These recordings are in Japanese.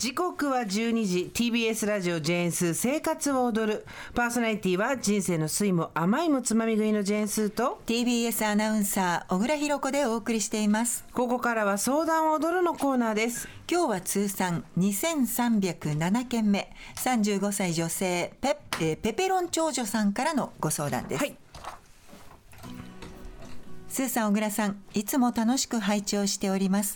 時刻は12時 TBS ラジオジェーンスー生活を踊る。パーソナリティは人生の酸いも甘いもつまみ食いのジェーンスーと TBS アナウンサー小倉弘子でお送りしています。 ここからは相談を踊るのコーナーです。 今日は通算2307件目、35歳女性ペペロン長女さんからのご相談です。 はい。 スーさん、小倉さん、いつも楽しく拝聴しております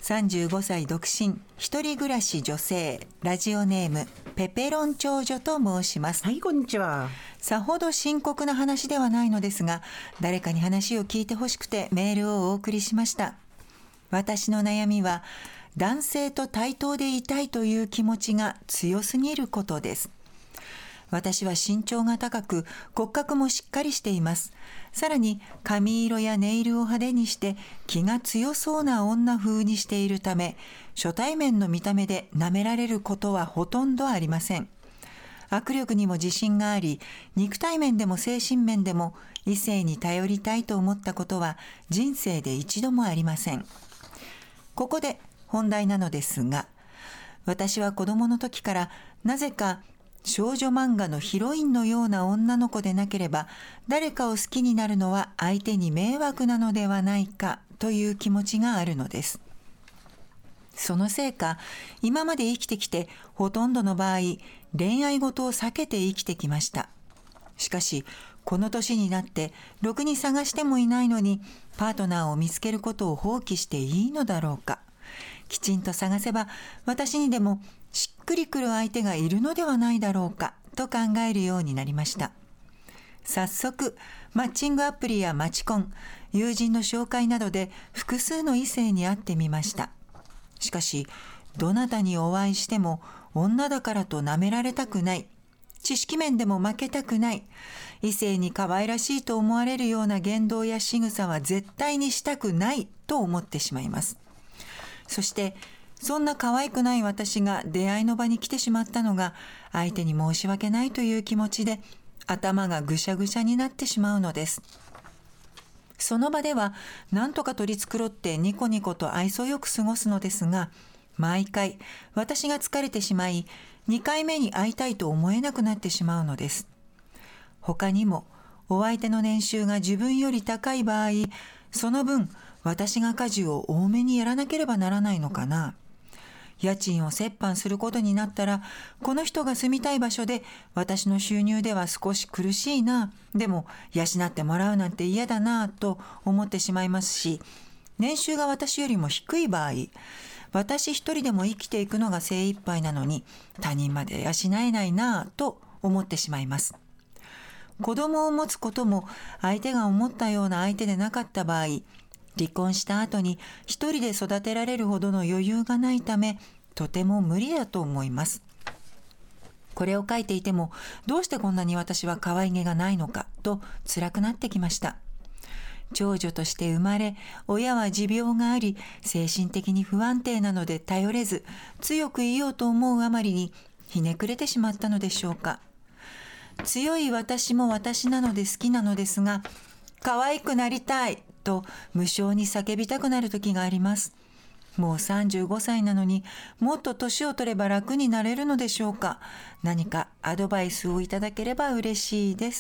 。35歳独身、一人暮らし女性、ラジオネームペペロン長女と申します。 はい、こんにちは。 さほど深刻な話ではないのですが、誰かに話を聞いてほしくてメールをお送りしました。私の悩みは、男性と対等でいたいという気持ちが強すぎることです。私は身長が高く骨格もしっかりしています。さらに髪色やネイルを派手にして気が強そうな女風にしているため、初対面の見た目で舐められることはほとんどありません。握力にも自信があり、肉体面でも精神面でも異性に頼りたいと思ったことは人生で一度もありません。ここで本題なのですが、私は子供の時からなぜか少女漫画のヒロインのような女の子でなければ、誰かを好きになるのは相手に迷惑なのではないかという気持ちがあるのです。そのせいか、今まで生きてきてほとんどの場合、恋愛事を避けて生きてきました。しかし、この年になってろくに探してもいないのに、パートナーを見つけることを放棄していいのだろうか。きちんと探せば、私にでもしっくりくる相手がいるのではないだろうかと考えるようになりました。早速、マッチングアプリやマチコン、友人の紹介などで複数の異性に会ってみました。しかし、どなたにお会いしても女だからと舐められたくない、知識面でも負けたくない、異性に可愛らしいと思われるような言動や仕草は絶対にしたくないと思ってしまいます。そしてそんな可愛くない私が出会いの場に来てしまったのが、相手に申し訳ないという気持ちで頭がぐしゃぐしゃになってしまうのです。その場では何とか取り繕ってニコニコと愛想よく過ごすのですが、毎回私が疲れてしまい、2回目に会いたいと思えなくなってしまうのです。他にもお相手の年収が自分より高い場合、その分私が家事を多めにやらなければならないのかな。家賃を折半することになったら、この人が住みたい場所で私の収入では少し苦しいな、でも養ってもらうなんて嫌だなと思ってしまいますし、年収が私よりも低い場合、私一人でも生きていくのが精一杯なのに他人まで養えないなと思ってしまいます。子供を持つことも相手が思ったような相手でなかった場合、離婚した後に一人で育てられるほどの余裕がないため、とても無理だと思います。これを書いていても、どうしてこんなに私は可愛げがないのかと辛くなってきました。長女として生まれ、親は持病があり、精神的に不安定なので頼れず、強くいようと思うあまりにひねくれてしまったのでしょうか。強い私も私なので好きなのですが、可愛くなりたいと無性に叫びたくなる時があります。もう35歳なのにもっと年を取れば楽になれるのでしょうか。何かアドバイスをいただければ嬉しいです。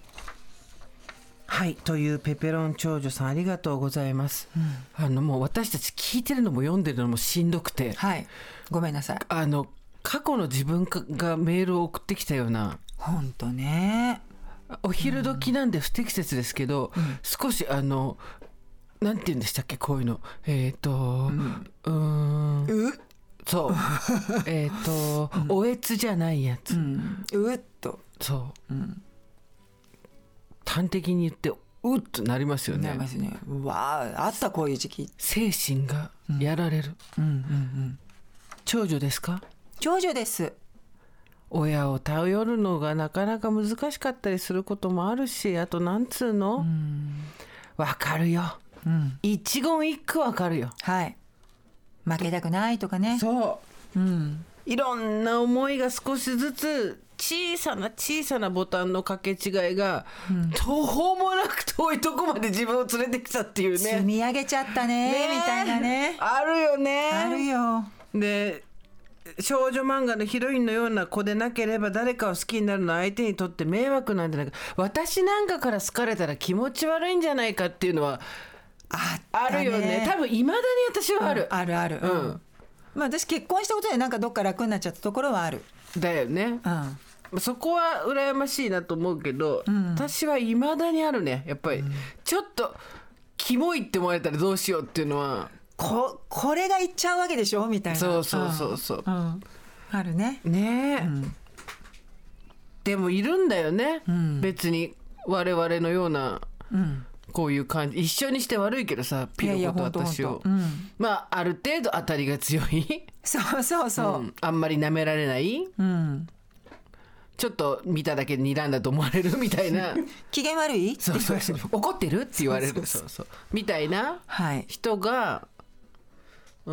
はい、というペペロン長女さん、ありがとうございます。もう私たち聞いてるのも読んでるのもしんどくて、 はい、ごめんなさい。 過去の自分がメールを送ってきたような、 本当ね、 お昼時なんで不適切ですけど、少しなんて言うんでしたっけ、こういうの、そうおえつじゃないやつ、 うっと、 そう、端的に言ってうっとなりますよね。 なりますね。うわー、あったこういう時期。 精神がやられる。長女ですか？ 長女です。 親を頼るのがなかなか難しかったりすることもあるし、あとなんつうの、わかるよ、一言一句わかるよ。 はい、負けたくないとかね。 そう、いろんな思いが少しずつ小さなボタンの掛け違いが、途方もなく遠いとこまで自分を連れてきたっていうね。 積み上げちゃったねみたいなね。 あるよね。 あるよ。 で少女漫画のヒロインのような子でなければ誰かを好きになるのは相手にとって迷惑なんじゃないか、私なんかから好かれたら気持ち悪いんじゃないかっていうのはあるよね。多分いまだに私はある、 あるある、まあ、私結婚したことでなんかどっか楽になっちゃったところはあるだよね、そこは羨ましいなと思うけど、私はいまだにあるねやっぱり、ちょっとキモいって思われたらどうしようっていうのはこれが言っちゃうわけでしょみたいな。 そう、 あるね。 ねえ、でもいるんだよね、別に我々のような、こういう感じ一緒にして悪いけどさ、ピロコと私を、まあある程度当たりが強いそう、 あんまり舐められない、ちょっと見ただけで睨んだと思われるみたいな機嫌悪いそう怒ってるって言われるそうみたいな人が、そ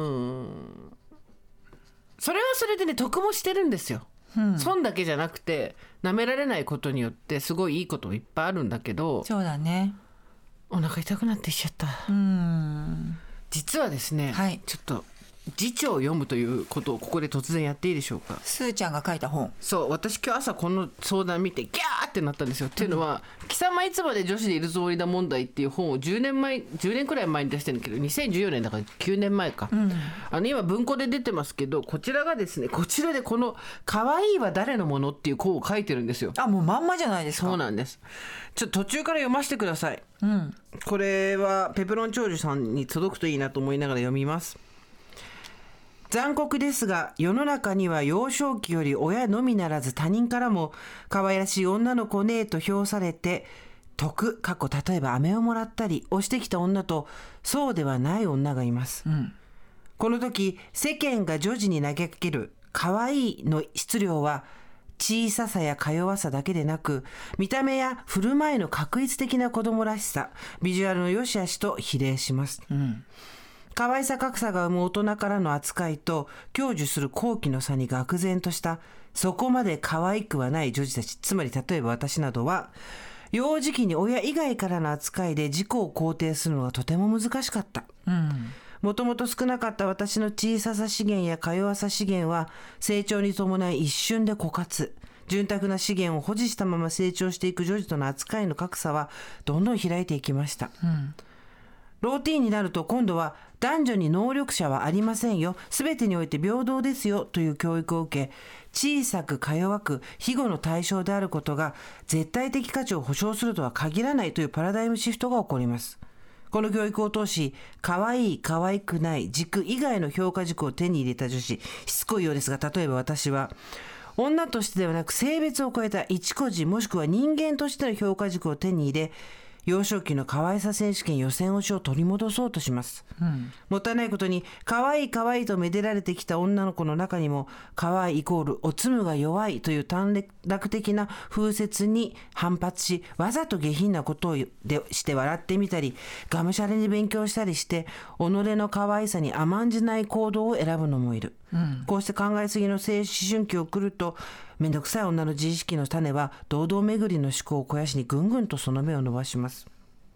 れはそれでね得もしてるんですよ、損だけじゃなくて舐められないことによってすごいいいこともいっぱいあるんだけど、 そうだね、 お腹痛くなってきちゃった。実はですね、ちょっと辞書を読むということをここで突然やっていいでしょうか。 すーちゃんが書いた本。 そう私今日朝この相談見てギャーってなったんですよ、っていうのは貴様いつまで女子でいるつもりだ問題っていう本を10年くらい前に出してるんだけど、2014年だから9年前か、今文庫で出てますけど、こちらがですね、こちらでこの可愛いは誰のものっていう項を書いてるんですよ。 もうまんまじゃないですか。 そうなんです。ちょっと途中から読ませてください、これはペペロン長寿さんに届くといいなと思いながら読みます。残酷ですが世の中には幼少期より親のみならず他人からも可愛らしい女の子ねと評されて得例えば飴をもらったりをしてきた女とそうではない女がいます、この時世間が女児に投げかける可愛いの質量は小ささやか弱さだけでなく見た目や振る舞いの確一的な子供らしさビジュアルの良し悪しと比例します、可愛さ格差が生む大人からの扱いと享受する好奇の差に愕然としたそこまで可愛くはない女児たち、つまり例えば私などは幼児期に親以外からの扱いで自己を肯定するのがとても難しかった。もともと少なかった私の小ささ資源やか弱さ資源は成長に伴い一瞬で枯渇、潤沢な資源を保持したまま成長していく女児との扱いの格差はどんどん開いていきました、ローティーンになると今度は男女に能力者はありませんよ、すべてにおいて平等ですよという教育を受け、小さくか弱く庇護の対象であることが絶対的価値を保障するとは限らないというパラダイムシフトが起こります。この教育を通し可愛い可愛くない軸以外の評価軸を手に入れた女子、しつこいようですが例えば私は女としてではなく性別を超えた一個人もしくは人間としての評価軸を手に入れ幼少期の可愛さ選手権予選落ちを取り戻そうとします、もったいないことに可愛い可愛いとめでられてきた女の子の中にも可愛いイコールおつむが弱いという短絡的な風説に反発しわざと下品なことをして笑ってみたりがむしゃらに勉強したりして己の可愛さに甘んじない行動を選ぶのもいる、こうして考えすぎの青春期を送るとめんどくさい女の自意識の種は堂々巡りの思考を肥やしにぐんぐんとその芽を伸ばします。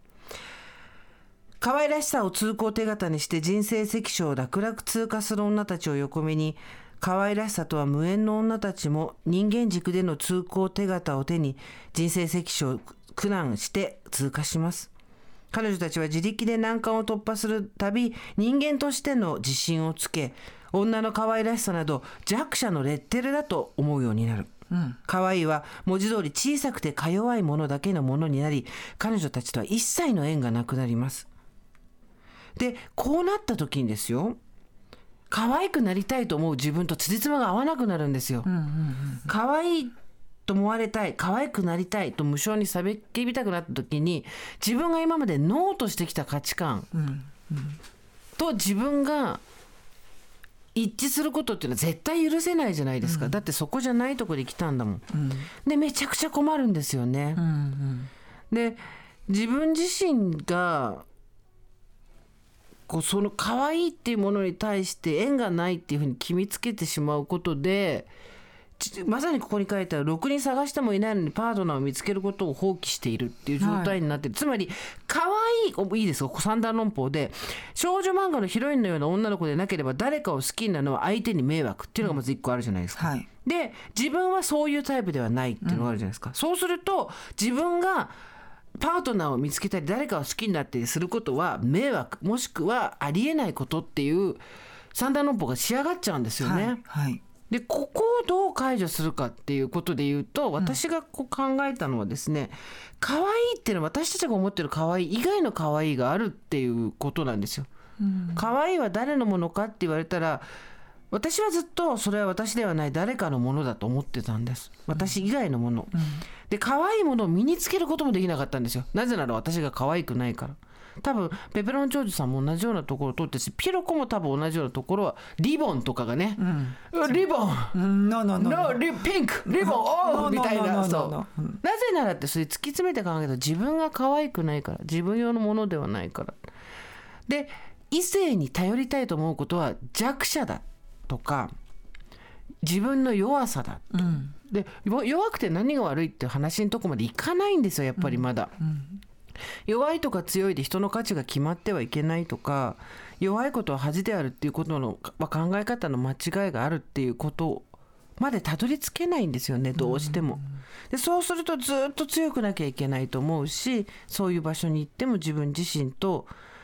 可愛らしさを通行手形にして人生関所を楽々通過する女たちを横目に可愛らしさとは無縁の女たちも人間軸での通行手形を手に人生関所を苦難して通過します。彼女たちは自力で難関を突破するたび人間としての自信をつけ女の可愛らしさなど弱者のレッテルだと思うようになる、可愛いは文字通り小さくてか弱いものだけのものになり彼女たちとは一切の縁がなくなります。でこうなった時にですよ、可愛くなりたいと思う自分と辻褄が合わなくなるんですよ、可愛いと思われたい可愛くなりたいと無償に叫びたくなった時に自分が今までノーとしてきた価値観、と自分が一致することっていうのは絶対許せないじゃないですか、だってそこじゃないとこで来たんだもん、でめちゃくちゃ困るんですよね、で自分自身がその可愛いっていうものに対して縁がないっていうふうに決めつけてしまうことでまさにここに書いてあるろくに探してもいないのにパートナーを見つけることを放棄しているっていう状態になってる、つまり可いいですか、三段論法で、少女漫画のヒロインのような女の子でなければ誰かを好きになるのは相手に迷惑っていうのがまず1個あるじゃないですか、はい、で自分はそういうタイプではないっていうのがあるじゃないですか、そうすると自分がパートナーを見つけたり誰かを好きになったりすることは迷惑もしくはありえないことっていう三段論法が仕上がっちゃうんですよね、はいはい、でここをどう解除するかっていうことで言うと、私がこう考えたのはですね、可愛いっていうのは私たちが思ってる可愛い以外の可愛いがあるっていうことなんですよ、可愛いは誰のものかって言われたら、私はずっとそれは私ではない誰かのものだと思ってたんです。私以外のもの、で可愛いものを身につけることもできなかったんですよ。なぜなら私が可愛くないから。多分ペペロン長寿さんも同じようなところを取ってし、ピロコも多分同じようなところはリボンとかがね、リボン、ピンクリボンオーみたいな、そうなぜならってそれ突き詰めて考えたら自分が可愛くないから、自分用のものではないから。で異性に頼りたいと思うことは弱者だとか自分の弱さだ、で弱くて何が悪いっていう話のとこまでいかないんですよ、やっぱりまだ、弱いとか強いで人の価値が決まってはいけないとか、弱いことは恥であるっていうことの考え方の間違いがあるっていうことまでたどり着けないんですよね、どうしても。でそうするとずっと強くなきゃいけないと思うし、そういう場所に行っても自分自身と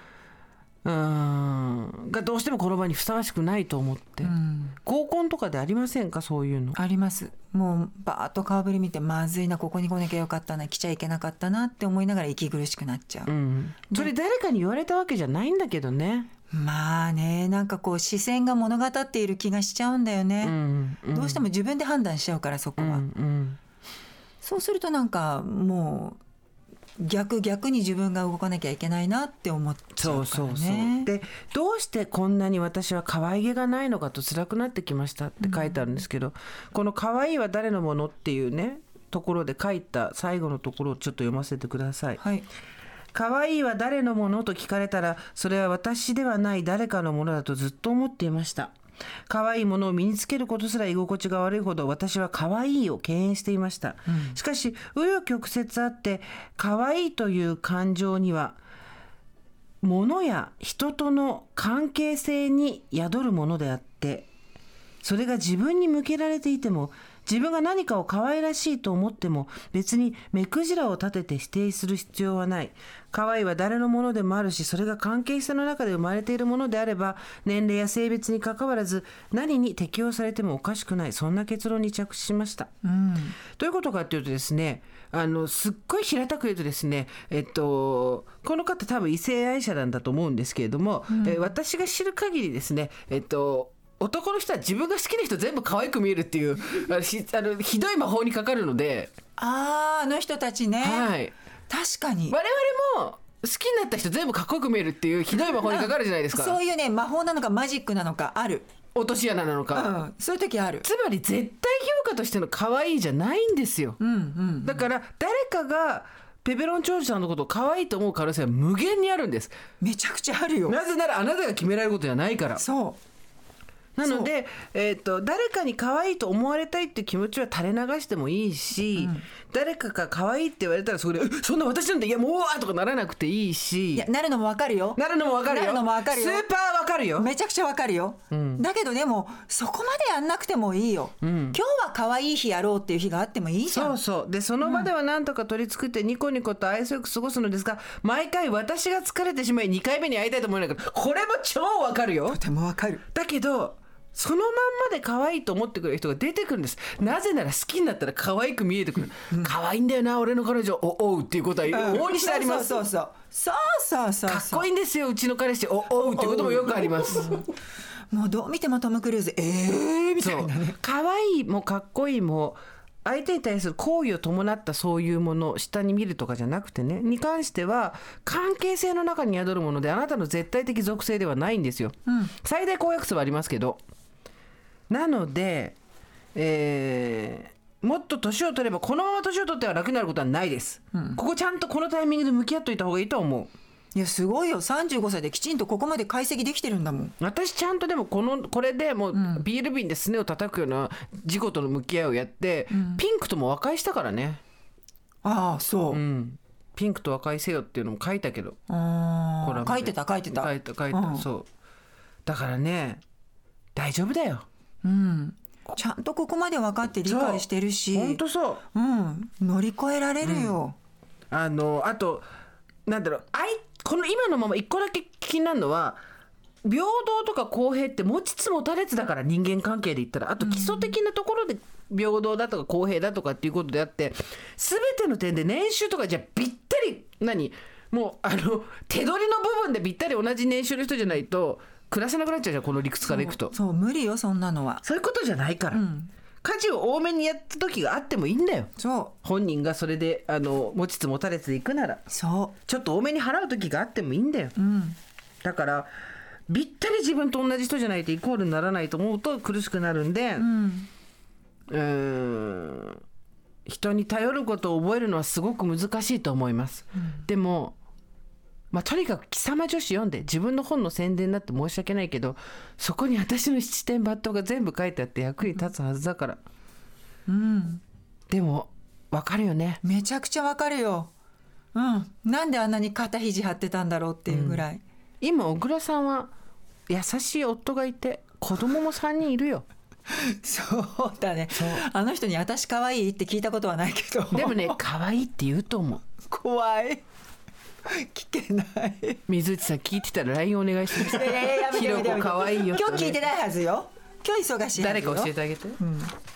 がどうしてもこの場にふさわしくないと思って、合コンとかでありませんか、そういうの。 あります。もうバーッと顔ぶれ見て、まずいな、ここに来なきゃよかったな、来ちゃいけなかったなって思いながら息苦しくなっちゃう、 それ誰かに言われたわけじゃないんだけどね。 まあね、なんかこう視線が物語っている気がしちゃうんだよね、どうしても自分で判断しちゃうから、そこは、そうするとなんかもう逆に自分が動かなきゃいけないなって思っちゃうからね。 でどうしてこんなに私は可愛げがないのかと辛くなってきましたって書いてあるんですけど、この可愛いは誰のものっていうねところで書いた最後のところをちょっと読ませてください、はい。可愛いは誰のものと聞かれたら、それは私ではない誰かのものだとずっと思っていました。可愛いものを身につけることすら居心地が悪いほど私は可愛いを敬遠していました、しかし紆余曲折あって可愛いという感情には物や人との関係性に宿るものであって、それが自分に向けられていても、自分が何かを可愛らしいと思っても別に目くじらを立てて否定する必要はない。可愛いは誰のものでもあるし、それが関係性の中で生まれているものであれば、年齢や性別にかかわらず何に適用されてもおかしくない、そんな結論に着地しました、どういうことかというとですね、すっごい平たく言うとですね、この方多分異性愛者なんだと思うんですけれども、私が知る限りですね、男の人は自分が好きな人全部可愛く見えるっていうひどい魔法にかかるので、 あの人たちね、はい、確かに我々も好きになった人全部かっこよく見えるっていうひどい魔法にかかるじゃないですか。 そういうね、魔法なのかマジックなのかある、 落とし穴なのか、 そういう時ある。 つまり絶対評価としての可愛いじゃないんですよ、だから誰かがペペロン長寿さんのことを可愛いと思う可能性は無限にあるんです。 めちゃくちゃあるよ。 なぜならあなたが決められることじゃないから。 そうなので、誰かに可愛いと思われたいっていう気持ちは垂れ流してもいいし、誰かが可愛いって言われたらそれでそんな私なんていやもうわーとかならなくていいし、 いやなるのもわかるよ、 なるのもわかるよ、スーパーわかるよ、 めちゃくちゃわかるよ、だけどでもそこまでやんなくてもいいよ、今日は可愛い日やろうっていう日があってもいいじゃん。 そうでその場ではなんとか取り繕ってニコニコと愛想よく過ごすのですが、毎回私が疲れてしまい2回目に会いたいと思えないから、これも超わかるよ、 とてもわかる。 だけどそのまんまで可愛いと思ってくれる人が出てくるんです。なぜなら好きになったら可愛く見えてくる、可愛いんだよな俺の彼女、おうっていうことは往々にしてあります、 そうかっこいいんですようちの彼氏、おうっていうこともよくありますもうどう見てもトム・クルーズみたいなね。 可愛いもかっこいいも相手に対する好意を伴ったそういうものを下に見るとかじゃなくてね、に関しては関係性の中に宿るもので、あなたの絶対的属性ではないんですよ、最大公約数はありますけど。なので、もっと年を取ればこのまま年を取っては楽になることはないです、ここちゃんとこのタイミングで向き合っといた方がいいと思う。 いやすごいよ、35歳できちんとここまで解析できてるんだもん。 私ちゃんとでもこれでもうビール瓶ですねを叩くような事故との向き合いをやって、ピンクとも和解したからね。 ああそう、 ピンクと和解せよっていうのも書いたけど、 書いてた、 そうだからね、大丈夫だよ。 ちゃんとここまで分かって理解してるし、 本当そう、 乗り越えられるよ。 あとなんだろう、この今のまま一個だけ気になるのは、平等とか公平って持ちつ持たれつだから、人間関係で言ったら。あと基礎的なところで平等だとか公平だとかっていうことであって、全ての点で年収とかじゃぴったり、もう手取りの部分でぴったり同じ年収の人じゃないと暮らせなくなっちゃうじゃん、この理屈からいくと。 そう無理よ、そんなのは。 そういうことじゃないから、家事を多めにやった時があってもいいんだよ。本人がそれで持ちつ持たれつでいくなら、ちょっと多めに払う時があってもいいんだよ、だからぴったり自分と同じ人じゃないとイコールにならないと思うと苦しくなるんで、人に頼ることを覚えるのはすごく難しいと思います、でもとにかく貴様女子読んで、自分の本の宣伝になって申し訳ないけど、そこに私の七点抜刀が全部書いてあって役に立つはずだから。でも分かるよね。 めちゃくちゃ分かるよ。なんであんなに肩肘張ってたんだろうっていうぐらい、 今小倉さんは優しい夫がいて子供も3人いるよ。 そうだね。あの人に私可愛いって聞いたことはないけど、 でもね、可愛いって言うと思う。 怖い、聞けない。 水内さん聞いてたら LINE お願いします。ひろこ可愛いよ。 今日聞いてないはずよ。今日忙しいはずよ。 誰か教えてあげて。